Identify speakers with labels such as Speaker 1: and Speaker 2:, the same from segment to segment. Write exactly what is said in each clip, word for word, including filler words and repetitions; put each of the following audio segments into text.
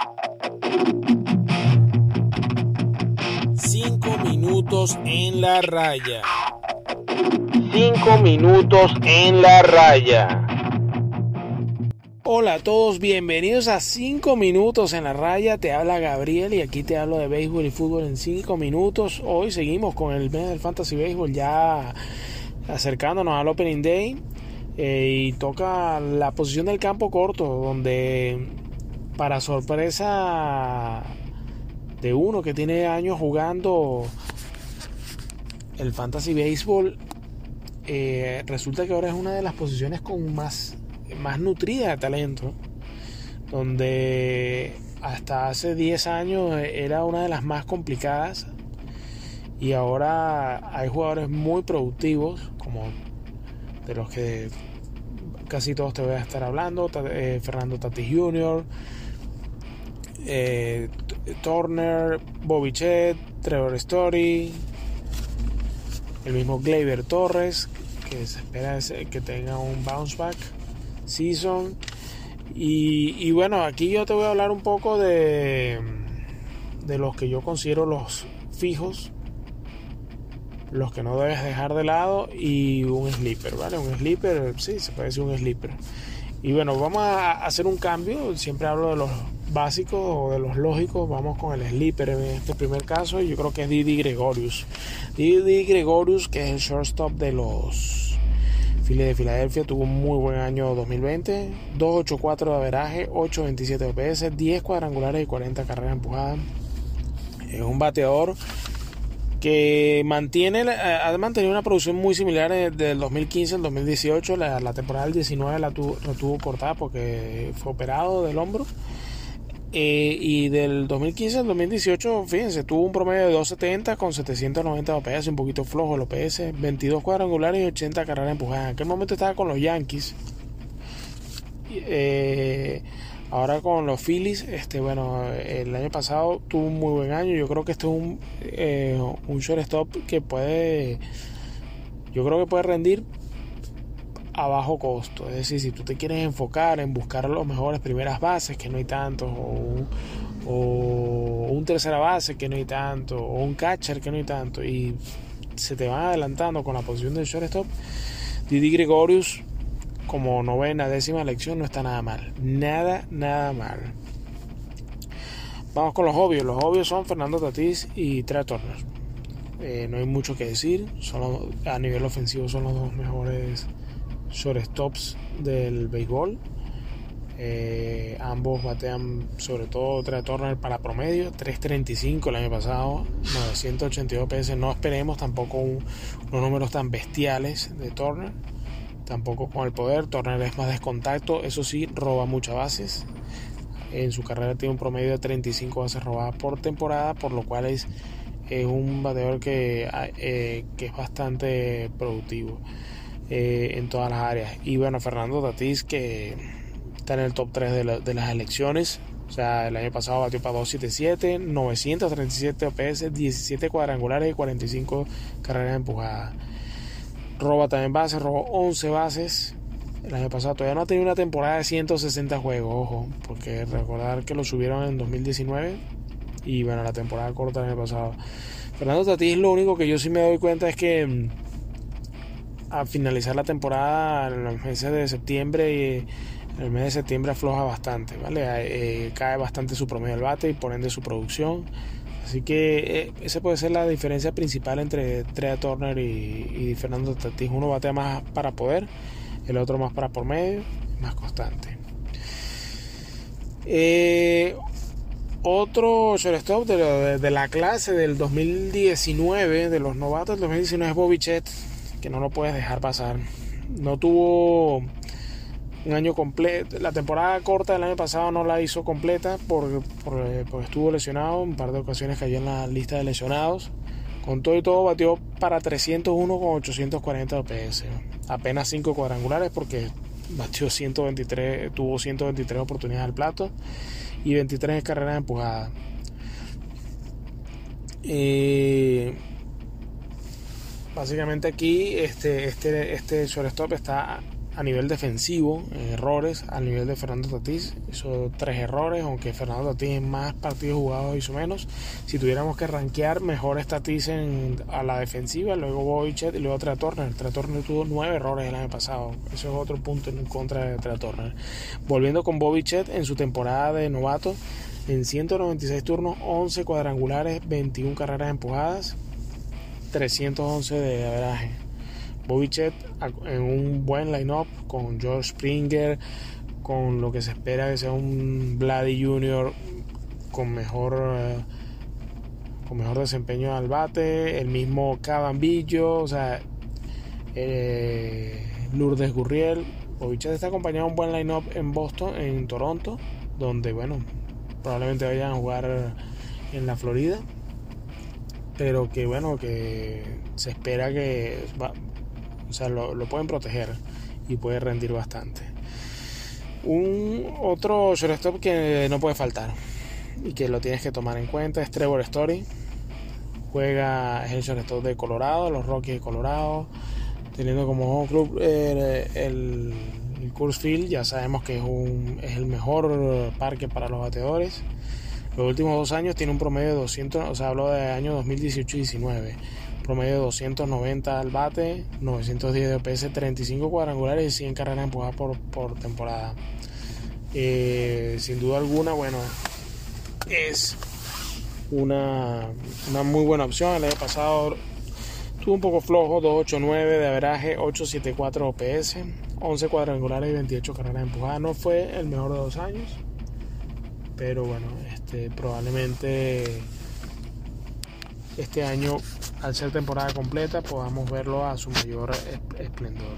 Speaker 1: Cinco minutos en la raya. Cinco minutos en la raya. Hola a todos, bienvenidos a cinco minutos en la raya. Te habla Gabriel y aquí te hablo de béisbol y fútbol en cinco minutos. Hoy seguimos con el mes del Fantasy Béisbol, ya acercándonos al Opening Day, eh, y toca la posición del campo corto, donde para sorpresa de uno que tiene años jugando el Fantasy Béisbol, eh, resulta que ahora es una de las posiciones con más más nutrida de talento, donde hasta hace diez años era una de las más complicadas y ahora hay jugadores muy productivos, como de los que casi todos te voy a estar hablando: eh, Fernando Tatis junior, eh, Turner, Bobby Chet, Trevor Story, el mismo Gleyber Torres, que se espera que tenga un bounce back season. Y, y bueno, aquí yo te voy a hablar un poco de de los que yo considero los fijos, los que no debes dejar de lado, y un sleeper, ¿vale? Un sleeper, sí, se puede decir un sleeper. Y bueno, vamos a hacer un cambio. Siempre hablo de los básicos o de los lógicos. Vamos con el sleeper en este primer caso. Yo creo que es Didi Gregorius. Didi Gregorius, que es el shortstop de los Phillies de Filadelfia, tuvo un muy buen año dos mil veinte. dos ochenta y cuatro de averaje, ocho veintisiete de O P S, diez cuadrangulares y cuarenta carreras empujadas. Es un bateador que mantiene, ha mantenido una producción muy similar del dos mil quince al dos mil dieciocho. La, la temporada del diecinueve la tuvo, la tuvo cortada porque fue operado del hombro. Eh, y del dos mil quince al dos mil dieciocho, fíjense, tuvo un promedio de dos setenta con setecientos noventa de O P S, un poquito flojo el O P S, veintidós cuadrangulares y ochenta carreras empujadas. En aquel momento estaba con los Yankees. Eh, ahora con los Phillies, este, bueno, el año pasado tuvo un muy buen año. Yo creo que este es un, eh, un shortstop que puede, yo creo que puede rendir a bajo costo. Es decir, si tú te quieres enfocar en buscar los mejores primeras bases, que no hay tantos, o, o un tercera base, que no hay tanto, o un catcher, que no hay tanto, y se te van adelantando con la posición del shortstop, Didi Gregorius como novena, décima elección no está nada mal. Nada, nada mal. Vamos con los obvios. Los obvios son Fernando Tatis y Trea Turner. Eh, no hay mucho que decir. Son los, a nivel ofensivo son los dos mejores shortstops del béisbol. Eh, ambos batean, sobre todo Trea Turner, para promedio tres treinta y cinco el año pasado, novecientos ochenta y dos P S. No esperemos tampoco un, unos números tan bestiales de Turner, tampoco con el poder. Turner es más descontacto, eso sí, roba muchas bases. En su carrera tiene un promedio de treinta y cinco bases robadas por temporada, por lo cual es, es un bateador que, eh, que es bastante productivo Eh, en todas las áreas. Y bueno, Fernando Tatis, que está en el top tres de, la, de las elecciones. O sea, el año pasado batió para doscientos setenta y siete, novecientos treinta y siete O P S, diecisiete cuadrangulares y cuarenta y cinco carreras empujadas. Roba también bases, robó once bases el año pasado. Todavía no ha tenido una temporada de ciento sesenta juegos, ojo, porque recordar que lo subieron en dos mil diecinueve y bueno, la temporada corta del año pasado. Fernando Tatis, lo único que yo sí me doy cuenta es que a finalizar la temporada en los meses de septiembre y en el mes de septiembre afloja bastante, ¿vale? Eh, cae bastante su promedio del bate y por ende su producción. Así que eh, esa puede ser la diferencia principal entre Trea Turner y, y Fernando Tatis. Uno batea más para poder, el otro más para por medio, más constante. Eh, otro shortstop de, de, de la clase del dos mil diecinueve, de los novatos del dos mil diecinueve, es Bobby Chet, que no lo puedes dejar pasar. No tuvo un año completo. La temporada corta del año pasado no la hizo completa porque, porque, porque estuvo lesionado. Un par de ocasiones cayó en la lista de lesionados. Con todo y todo batió para trescientos uno con ochocientos cuarenta O P S. Apenas cinco cuadrangulares porque batió ciento veintitrés, tuvo ciento veintitrés oportunidades al plato y veintitrés carreras empujadas. Eh, básicamente aquí este, este, este shortstop está a nivel defensivo, en errores, al nivel de Fernando Tatís. Hizo tres errores, aunque Fernando Tatís en más partidos jugados hizo menos. Si tuviéramos que rankear, mejor Tatís en, a la defensiva, luego Bobichet y luego Trea Turner. Trea Turner tuvo nueve errores el año pasado. Eso es otro punto en contra de Trea Turner. Volviendo con Bobichet, en su temporada de novato, en ciento noventa y seis turnos, once cuadrangulares, veintiuna carreras empujadas, trescientos once de averaje. Bobichet en un buen line-up con George Springer, con lo que se espera que sea un Vladdy junior con mejor eh, con mejor desempeño al bate, el mismo Cabambillo, o sea, eh, Lourdes Gurriel. Bobichet está acompañado de un buen line-up en Boston, en Toronto, donde bueno, probablemente vayan a jugar en la Florida, pero que bueno, que se espera que va, o sea, lo, lo pueden proteger y puede rendir bastante. Un otro shortstop que no puede faltar y que lo tienes que tomar en cuenta es Trevor Story. Juega, es el shortstop de Colorado, los Rockies de Colorado, teniendo como home club eh, el, el Coors Field. Ya sabemos que es, un, es el mejor parque para los bateadores. Los últimos dos años tiene un promedio de doscientos, o sea, hablo de años dos mil dieciocho y diecinueve, promedio de doscientos noventa al bate, novecientos diez de O P S, treinta y cinco cuadrangulares y cien carreras empujadas por, por temporada. Eh, sin duda alguna, bueno, es una, una muy buena opción. El año pasado estuvo un poco flojo, doscientos ochenta y nueve de averaje, ochocientos setenta y cuatro O P S, once cuadrangulares y veintiocho carreras empujadas. No fue el mejor de dos años, pero bueno, este, probablemente este año, al ser temporada completa, podamos verlo a su mayor esplendor.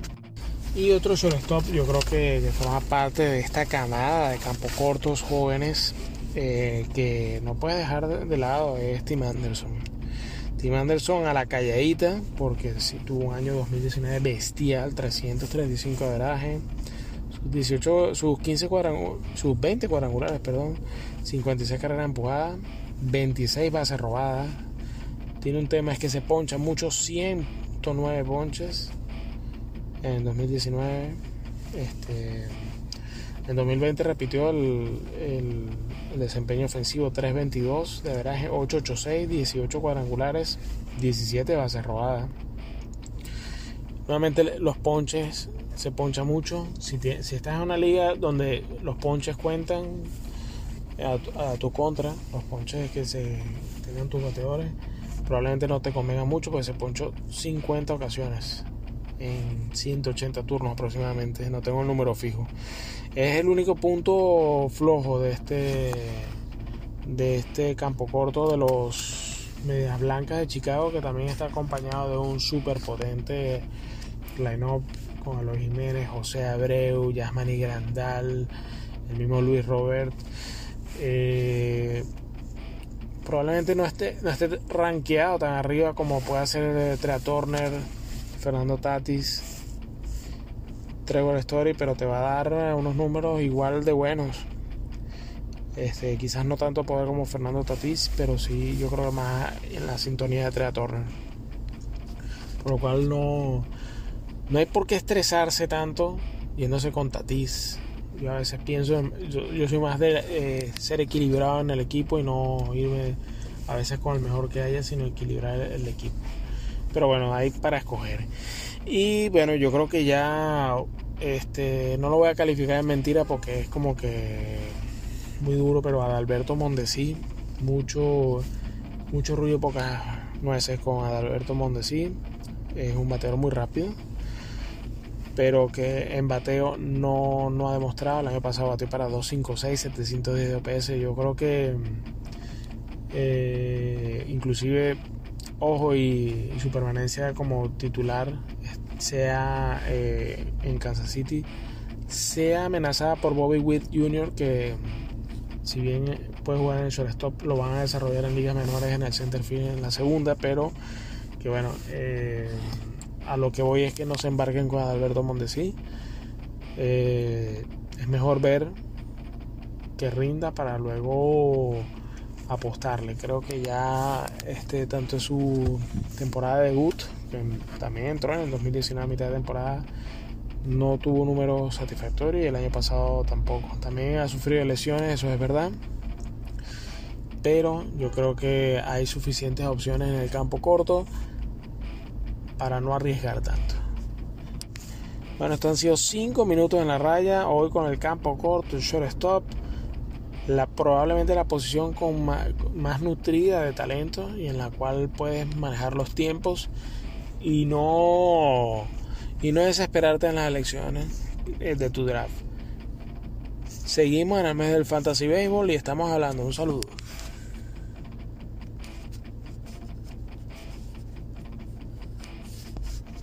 Speaker 1: Y otro shortstop, yo creo que, que forma parte de esta camada de campo cortos jóvenes eh, que no puedes dejar de lado, es Tim Anderson. Tim Anderson a la calladita, porque sí tuvo un año dos mil diecinueve bestial, trescientos treinta y cinco de averaje, sus dieciocho, sus quince cuadrangulares, sus veinte cuadrangulares, perdón, cincuenta y seis carreras empujadas, veintiséis bases robadas. Tiene un tema, es que se poncha mucho, ciento nueve ponches en dos mil diecinueve. Este, en dos mil veinte repitió el, el, el desempeño ofensivo, trescientos veintidós de averaje, ochocientos ochenta y seis, dieciocho cuadrangulares, diecisiete bases robadas. Nuevamente los ponches, se poncha mucho. Si, te, si estás en una liga donde los ponches cuentan a tu, a tu contra, los ponches que se tengan tus bateadores, probablemente no te convenga mucho, porque se ponchó cincuenta ocasiones en ciento ochenta turnos aproximadamente. No tengo el número fijo. Es el único punto flojo de este de este campo corto de los Medias Blancas de Chicago, que también está acompañado de un súper potente line-up con Eloy Jiménez, José Abreu, Yasmani Grandal, el mismo Luis Robert. Eh, probablemente no esté, no esté rankeado tan arriba como puede ser Trea Turner, Fernando Tatís, Trevor Story, pero te va a dar unos números igual de buenos. Este, quizás no tanto poder como Fernando Tatís, pero sí, yo creo que más en la sintonía de Trea Turner. Por lo cual no, no hay por qué estresarse tanto yéndose con Tatís. Yo a veces pienso, yo, yo soy más de eh, ser equilibrado en el equipo y no irme a veces con el mejor que haya, sino equilibrar el, el equipo. Pero bueno, hay para escoger. Y bueno, yo creo que ya este, no lo voy a calificar de mentira, porque es como que muy duro, pero Adalberto Mondesi, mucho, mucho ruido, pocas nueces con Adalberto Mondesi. Es un bateador muy rápido, pero que en bateo no, no ha demostrado. El año pasado bateó para doscientos cincuenta y seis, setecientos diez de O P S. Yo creo que eh, inclusive ojo y, y su permanencia como titular sea eh, en Kansas City sea amenazada por Bobby Witt junior, que si bien puede jugar en el shortstop, lo van a desarrollar en ligas menores en el center field en la segunda, pero que bueno, eh, a lo que voy es que no se embarquen con Adalberto Mondesi. Eh, es mejor ver que rinda para luego apostarle. Creo que ya este, tanto en su temporada de debut, que también entró en el dos mil diecinueve a mitad de temporada, no tuvo números satisfactorios y el año pasado tampoco. También ha sufrido lesiones, eso es verdad, pero yo creo que hay suficientes opciones en el campo corto para no arriesgar tanto. Bueno, estos han sido cinco minutos en la raya, hoy con el campo corto, el shortstop, la, probablemente la posición con más, más nutrida de talento y en la cual puedes manejar los tiempos y no, y no desesperarte en las elecciones de tu draft. Seguimos en el mes del Fantasy Baseball y estamos hablando. Un saludo.